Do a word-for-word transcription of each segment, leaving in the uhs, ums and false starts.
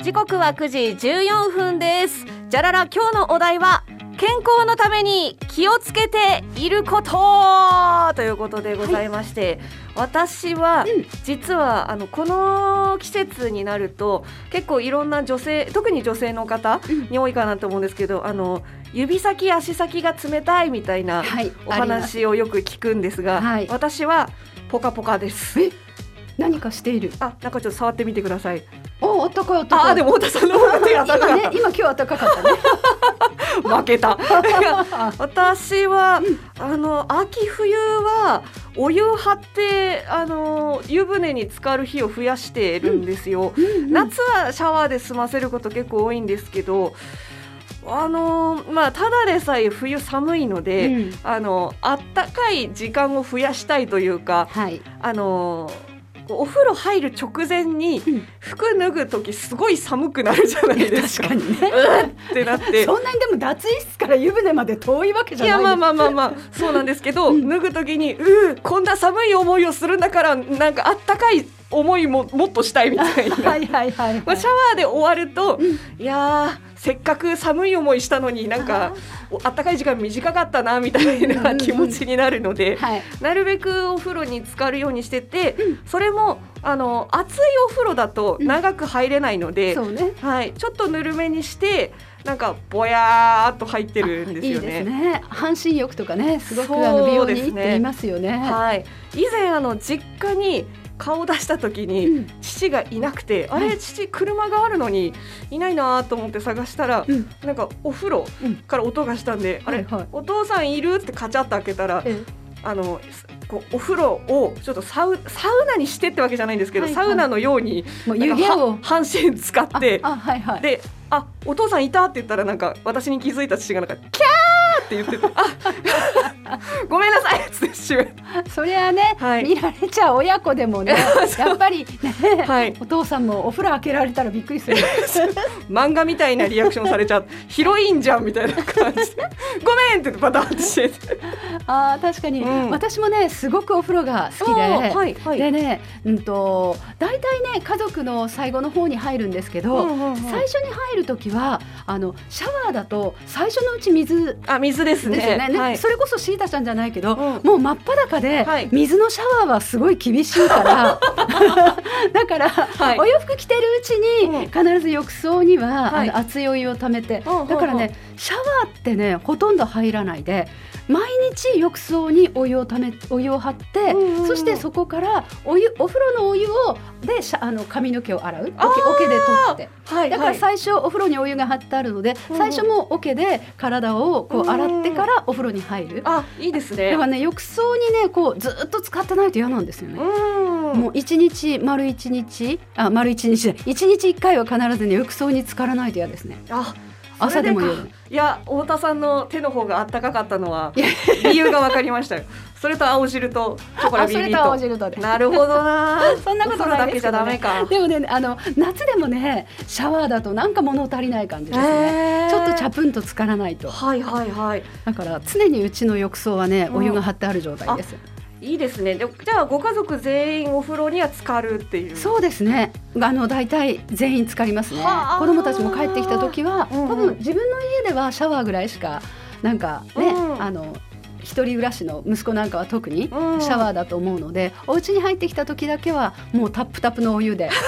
時刻はくじじゅうよんふんです。じゃらら、今日のお題は健康のために気をつけていることということでございまして、はい、私は、うん、実はあのこの季節になると結構いろんな女性、特に女性の方に多いかなと思うんですけど、うん、あの指先足先が冷たいみたいなお話をよく聞くんですが、はい、私はポカポカです。 え、何かしている？ あ、なんかちょっと触ってみてください。 お、あったかいあったかい。 あ、でも太田さんの方が手が高かった。 今ね、今今日は高かったね。 負けた。私は、うん、あの秋冬はお湯を張ってあの湯船に浸かる日を増やしているんですよ、うんうんうん、夏はシャワーで済ませること結構多いんですけど、あのまあ、ただでさえ冬寒いので、うん、あのあったかい時間を増やしたいというか、はい、あのお風呂入る直前に服脱ぐときすごい寒くなるじゃないですか。 確かにね。 うってなってそんなにでも脱衣室から湯船まで遠いわけじゃない。 いや、まあまあまあまあそうなんですけど、うん、脱ぐときにうーこんな寒い思いをするんだからなんかあったかい思いももっとしたいみたいな。はいはいはい、はい、まあ、シャワーで終わると、うん、いやーせっかく寒い思いしたのになんかあったかい時間短かったなみたいな気持ちになるので、はい、なるべくお風呂に浸かるようにしてて、うん、それもあの熱いお風呂だと長く入れないので、うん、そうね、はい、ちょっとぬるめにしてなんかぼやーっと入ってるんですよね。 いいですね。半身浴とかね、すごくあの美容にいいって言いますよね。 はい、以前あの実家に顔を出した時に、うん、父がいなくて、あれ、はい、父車があるのにいないなと思って探したら、うん、なんかお風呂から音がしたんで、うん、あれ、はいはい、お父さんいるってカチャッと開けたら、えあのこうお風呂をちょっとサウ、サウナにしてってわけじゃないんですけど、はいはい、サウナのようにもう湯気を半身使ってあ、あ、はいはい、であお父さんいたって言ったらなんか私に気づいた父がなんかキャーって言っててあごめんなさいっつってしめそりゃね、はい、見られちゃう親子でもねやっぱりね、はい、お父さんもお風呂開けられたらびっくりする漫画みたいなリアクションされちゃうヒロインじゃんみたいな感じでごめんって言ってバタンってしてあ確かに、うん、私もねすごくお風呂が好きで、はいはい、でね、うんとだいたいね家族の最後の方に入るんですけど、うんうんうん、最初に入るときはあのシャワーだと最初のうち水あ水ですね、ですよね、 はい、それこそシータちゃんじゃないけど、うん、もう真っ裸で、はい、水のシャワーはすごい厳しいからだから、はい、お洋服着てるうちに必ず浴槽には、はい、あの熱いお湯をためて、はい、だからねシャワーってねほとんど入らないで毎日浴槽にお湯をためお湯を張って、うんうん、そしてそこからお湯お風呂のお湯をであの髪の毛を洗う桶で取って、はい、だから最初お風呂にお湯が張ってあるので、うん、最初も桶で体をこう洗ってからお風呂に入る、うん、 あいいですね。 だからね浴槽にねこうずっと使ってないと嫌なんですよね。うんもう一日丸一日あ丸一日一日一回は必ずね浴槽に浸からないと嫌ですね。あ朝でも夜いや太田さんの手の方があったかかったのは理由が分かりましたよそれと青汁とチョコラビビとそれと青汁とでなるほどなそんなことないですけど、ね、 だけじゃダメか。 でもねあの夏でもねシャワーだとなんか物足りない感じですね。ちょっとチャプンと浸からないと。はいはいはい。だから常にうちの浴槽はね、うん、お湯が張ってある状態です。 いいですね。でじゃあご家族全員お風呂には浸かるっていう。 そうですね。あのだいたい全員浸かりますね。子供たちも帰ってきた時は、うんうん、多分自分の家ではシャワーぐらいしかなんかね、うん、あの一人暮らしの息子なんかは特にシャワーだと思うので、うん、お家に入ってきた時だけはもうタップタップのお湯で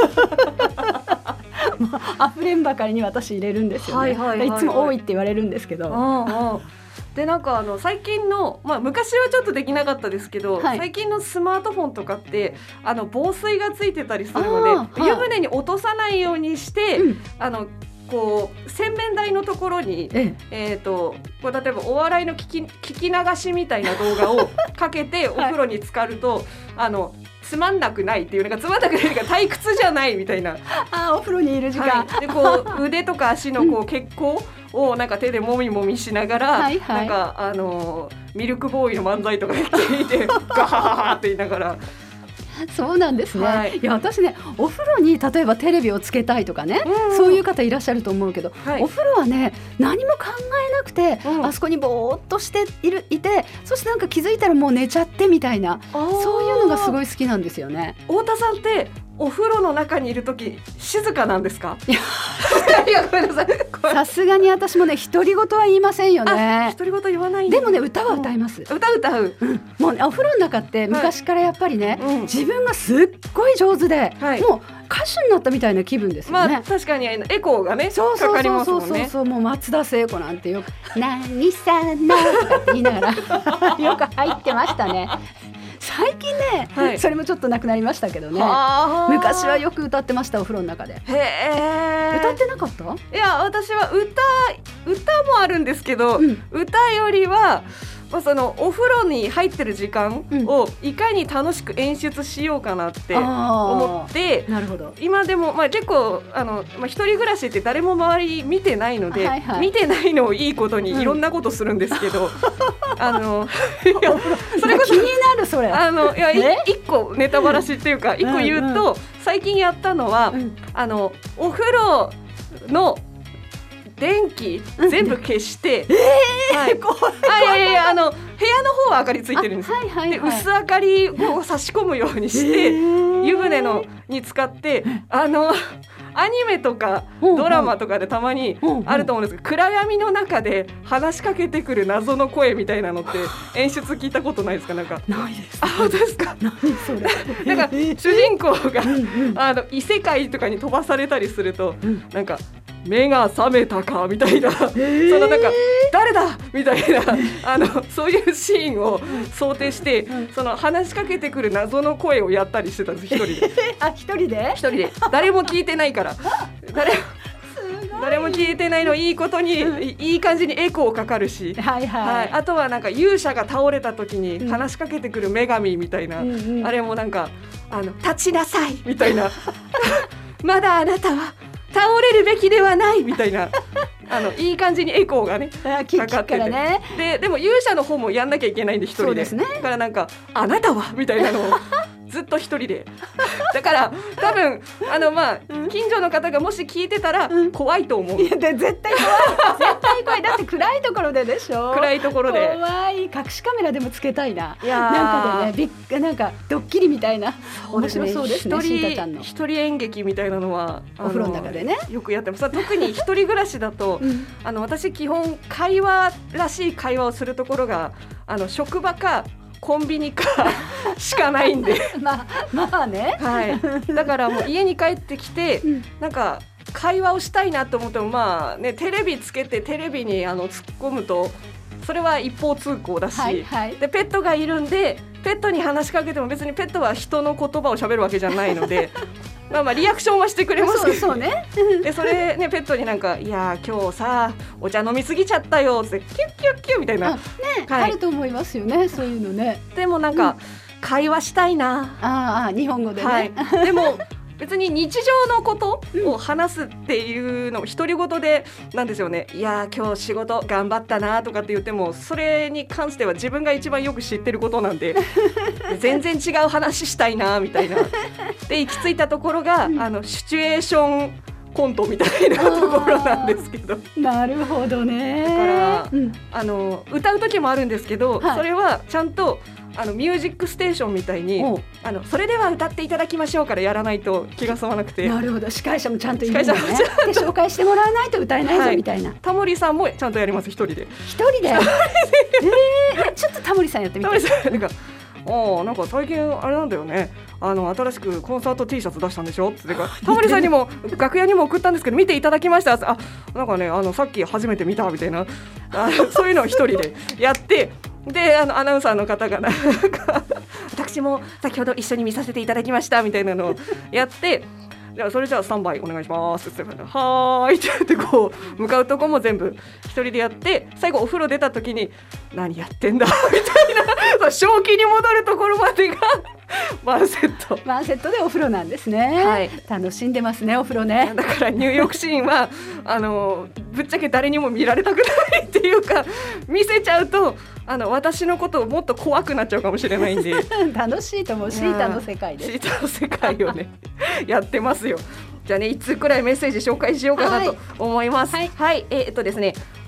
もう溢れんばかりに私入れるんですよね、はいはいはいはい、いつも多いって言われるんですけど、うんうんでなんかあの最近の、まあ、昔はちょっとできなかったですけど、はい、最近のスマートフォンとかってあの防水がついてたりするので、はい、湯船に落とさないようにして、うん、あのこう洗面台のところに、えええー、とこう例えばお笑いの聞き、聞き流しみたいな動画をかけてお風呂に浸かると、はい、あのつまんなくないっていうなんかつまんなくないというか退屈じゃないみたいなあお風呂にいる時間、 はい、でこう腕とか足のこう血行をなんか手でもみもみしながら、はいはい、なんかあのミルクボーイの漫才とかやっていてガーって言いながらそうなんですね、はい、いや私ねお風呂に例えばテレビをつけたいとかね、うん、そういう方いらっしゃると思うけど、はい、お風呂はね何も考えなくて、うん、あそこにぼーっとしているいてそしてなんか気づいたらもう寝ちゃってみたいなそういうのがすごい好きなんですよね。 太田さんってお風呂の中にいるとき静かなんですか？いやごめんなさい。 さすがに私もね独り言は言いませんよね。 独り言言わない。 でもね歌は歌います。 歌歌う、 うん、もう、ね、お風呂の中って昔からやっぱりね、はい、自分がすっごい上手で、はい、もう歌手になったみたいな気分ですよね。 まあ確かにエコーがねかかりますもんね。 そうそうそうもう松田聖子なんてよく何さんのとかって言いながらよく入ってましたね。最近ね、はい、それもちょっとなくなりましたけどね。昔はよく歌ってましたお風呂の中で。 へー。 歌ってなかった？ いや私は歌歌もあるんですけど、うん、歌よりはまあ、そのお風呂に入ってる時間をいかに楽しく演出しようかなって思って、 うん、なるほど。 今でも、まあ、結構あの、まあ、一人暮らしって誰も周り見てないので、はいはい、見てないのをいいことにいろんなことするんですけど、うん、あのいやそれこそ気になるそれあのいや一個ネタバラシっていうか一個言うと、うんうん、最近やったのは、うん、あのお風呂の電気全部消して、うんえーはい、あいやいやあの部屋の方は明かりついてるんですよ、はいはいはい、で薄明かりを差し込むようにして、えー、湯船のに使ってあのアニメとかドラマとかでたまにあると思うんですけど、暗闇の中で話しかけてくる謎の声みたいなのって演出聞いたことないですか？なんかないです。 あ、本当ですか？ 何それ？ なんか主人公があの異世界とかに飛ばされたりすると、なんか目が覚めたかみたいな、そのなんか誰だみたいなあのそういうシーンを想定して、その話しかけてくる謎の声をやったりしてたんです一人で。 あ、一人で？ 一人で誰も聞いてないから誰誰も聞いてないのいいことに、うん、いい感じにエコーかかるし、 はいはいはい、 あとはなんか勇者が倒れた時に話しかけてくる女神みたいな、うんうん、あれもなんかあの立ちなさいみたいなまだあなたは倒れるべきではないみたいなあのいい感じにエコーがねかかってて、ね、で, でも勇者の方もやんなきゃいけないんで一人 で, です、ね、だからなんかあなたはみたいなのをずっと一人でだから多分あのまあ、うん、近所の方がもし聞いてたら怖いと思う、うん、 いやで絶対怖い絶対怖いだって暗いところででしょ。 暗いところで怖い。隠しカメラでもつけたいな。いやなんかでねビッなんかドッキリみたいな面白そうですね。シータちゃんの一人演劇みたいなのはお風呂の中でねよくやってます。特に一人暮らしだと、うん、あの私基本会話らしい会話をするところがあの職場かコンビニかしかないんでまあまあね、 はい、だからもう家に帰ってきて、うん、なんか会話をしたいなと思ってもまあねテレビつけてテレビにあの突っ込むとそれは一方通行だし、はいはい、でペットがいるんでペットに話しかけても別にペットは人の言葉を喋るわけじゃないのでまあまあリアクションはしてくれますけど、 そうそうねでそれねペットになんかいや今日さお茶飲みすぎちゃったよってキュッキュッキュッみたいな、 あ、ねはい、あると思いますよねそういうのね。 でもなんか、うん、会話したいなああ日本語でね、はい、 でも別に日常のことを話すっていうのも独り言でなんですよね。いや今日仕事頑張ったなとかって言ってもそれに関しては自分が一番よく知ってることなんで全然違う話したいなみたいなで行き着いたところが、うん、あのシチュエーションコントみたいなところなんですけど。 なるほどね。 だから、うん、あの歌う時もあるんですけど、はい、それはちゃんとあのミュージックステーションみたいにあのそれでは歌っていただきましょうからやらないと気が済まなくて。 なるほど司会者もちゃんといるんだね。で紹介してもらわないと歌えないぞ、はい、みたいな。 タモリさんもちゃんとやります一人で一人でえー、ちょっとタモリさんやってみて。タモリさんなんかあなんか最近あれなんだよねあの新しくコンサート T シャツ出したんでしょってかタモリさんにも楽屋にも送ったんですけど見ていただきました。あなんかねあのさっき初めて見たみたいなあそういうのを一人でやってであのアナウンサーの方がなんか私も先ほど一緒に見させていただきましたみたいなのをやってじゃあそれじゃあスタンバイお願いしますって言ってはーいって言ってこう向かうとこも全部一人でやって最後お風呂出た時に何やってんだみたいな正気に戻るところまでがワンセットワンセットでお風呂なんですね、はい、楽しんでますねお風呂ね。 だから入浴シーンはあのぶっちゃけ誰にも見られたくないっていうか見せちゃうとあの私のことをもっと怖くなっちゃうかもしれないんで楽しいと思うシータの世界です。 シータの世界をねやってますよ。じゃあねいつくらいメッセージ紹介しようかなと思います。はい、はいはい、えー、っとですね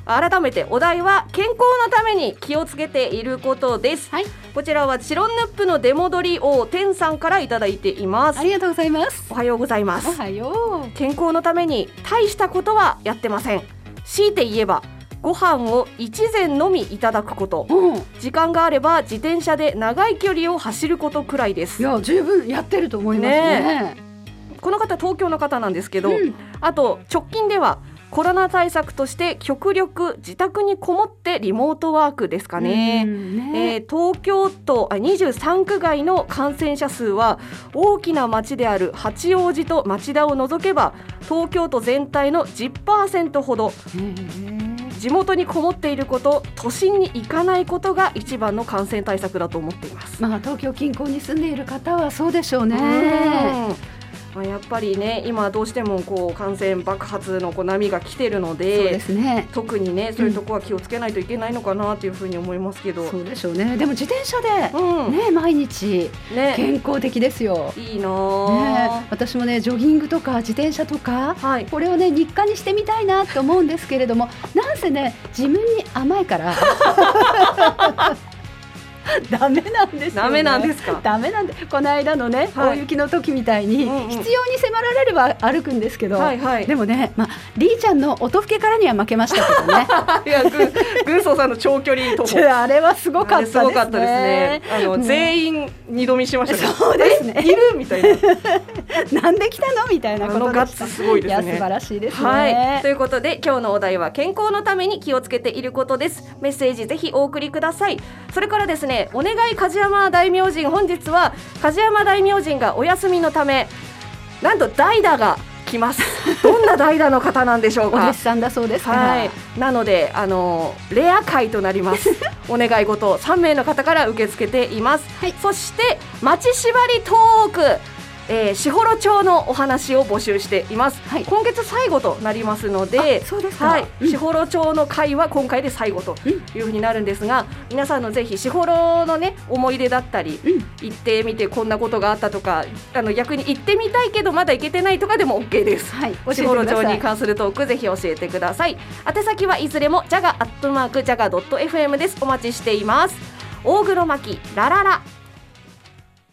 改めてお題は健康のために気をつけていることです、はい、こちらはチロンヌップの出戻り王天さんからいただいています。 ありがとうございます。 おはようございます。 おはよう。 健康のために大したことはやってません。強いて言えばご飯を一膳のみいただくこと、うん、時間があれば自転車で長い距離を走ることくらいです。 いや十分やってると思います ね, ねこの方東京の方なんですけど、うん、あと直近ではコロナ対策として極力自宅にこもってリモートワークですか ね, ね、えー、東京都にじゅうさんく外の感染者数は大きな町である八王子と町田を除けば東京都全体の じゅっパーセント ほど。地元にこもっていること、都心に行かないことが一番の感染対策だと思っています。 まあ、東京近郊に住んでいる方はそうでしょうね。 まあ、やっぱりね今どうしてもこう感染爆発のこう波が来てるので、 そうですね、 特にねそういうところは気をつけないといけないのかなというふうに思いますけど、 うん、そうでしょうね。でも自転車で、うんね、毎日健康的ですよ、 ね、いいな、 ね、私もねジョギングとか自転車とか、はい、これをね日課にしてみたいなと思うんですけれども、なんせね自分に甘いからダメなんですよね。 ダメなんですか。 ダメなんで、この間のね、はい、大雪の時みたいに、うんうん、必要に迫られれば歩くんですけど、はいはい、でもね、まあ、リーちゃんの音吹けからには負けましたけどねいや、軍曹さんの長距離徒歩あれはすごかったですね。すごかったですね。 あの、うん、全員二度見しましたね。 そうですね。 いるみたいななんで来たのみたいなことでした。 あのガッツすごいですね。 いや素晴らしいですね、 はい、ということで今日のお題は健康のために気をつけていることです。メッセージぜひお送りください。それからですね、お願い梶山大明神、本日は梶山大明神がお休みのためなんと代打が来ますどんな代打の方なんでしょうか。 お弟子さんだそうですから、 はい、なのであのレア回となりますお願い事さんめいの方から受け付けています、はい、そして町縛りトーク、えー、士幌町のお話を募集しています、はい、今月最後となりますので、 そうですか、 はい、士幌町の会は今回で最後というふうになるんですが、うん、皆さんのぜひ士幌のね思い出だったり、うん、行ってみてこんなことがあったとか、あの逆に行ってみたいけどまだ行けてないとかでも OK です、はい、士幌町に関するトークぜひ教えてください。宛先はいずれも ジャガ アットマーク ジャガ ドット エフエム です。お待ちしています。大黒摩季ラララ。